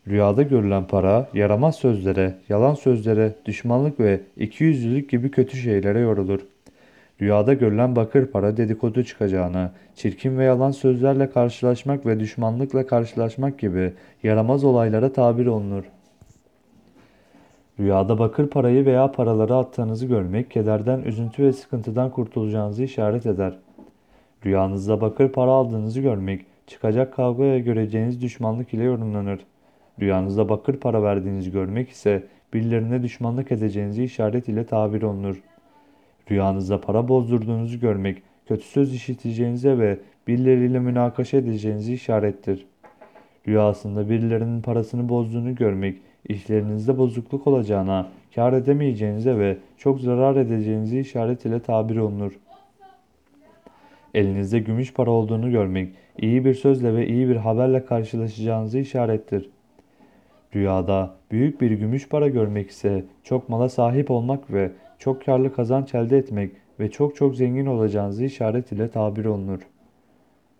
Rüyada görülen para, yaramaz sözlere, yalan sözlere, düşmanlık ve ikiyüzlülük gibi kötü şeylere yorulur. Rüyada görülen bakır para dedikodu çıkacağına, çirkin ve yalan sözlerle karşılaşmak ve düşmanlıkla karşılaşmak gibi yaramaz olaylara tabir olunur. Rüyada bakır parayı veya paraları attığınızı görmek, kederden, üzüntü ve sıkıntıdan kurtulacağınızı işaret eder. Rüyanızda bakır para aldığınızı görmek, çıkacak kavga ve göreceğiniz düşmanlık ile yorumlanır. Rüyanızda bakır para verdiğinizi görmek ise birilerine düşmanlık edeceğinizi işaret ile tabir olunur. Rüyanızda para bozdurduğunuzu görmek, kötü söz işiteceğinize ve birileriyle münakaşa edeceğinizi işarettir. Rüyasında birilerinin parasını bozduğunu görmek, işlerinizde bozukluk olacağına, kâr edemeyeceğinize ve çok zarar edeceğinizi işaret ile tabir olunur. Elinizde gümüş para olduğunu görmek, iyi bir sözle ve iyi bir haberle karşılaşacağınızı işarettir. Rüyada büyük bir gümüş para görmek ise çok mala sahip olmak ve çok karlı kazanç elde etmek ve çok zengin olacağınızı işaret ile tabir olunur.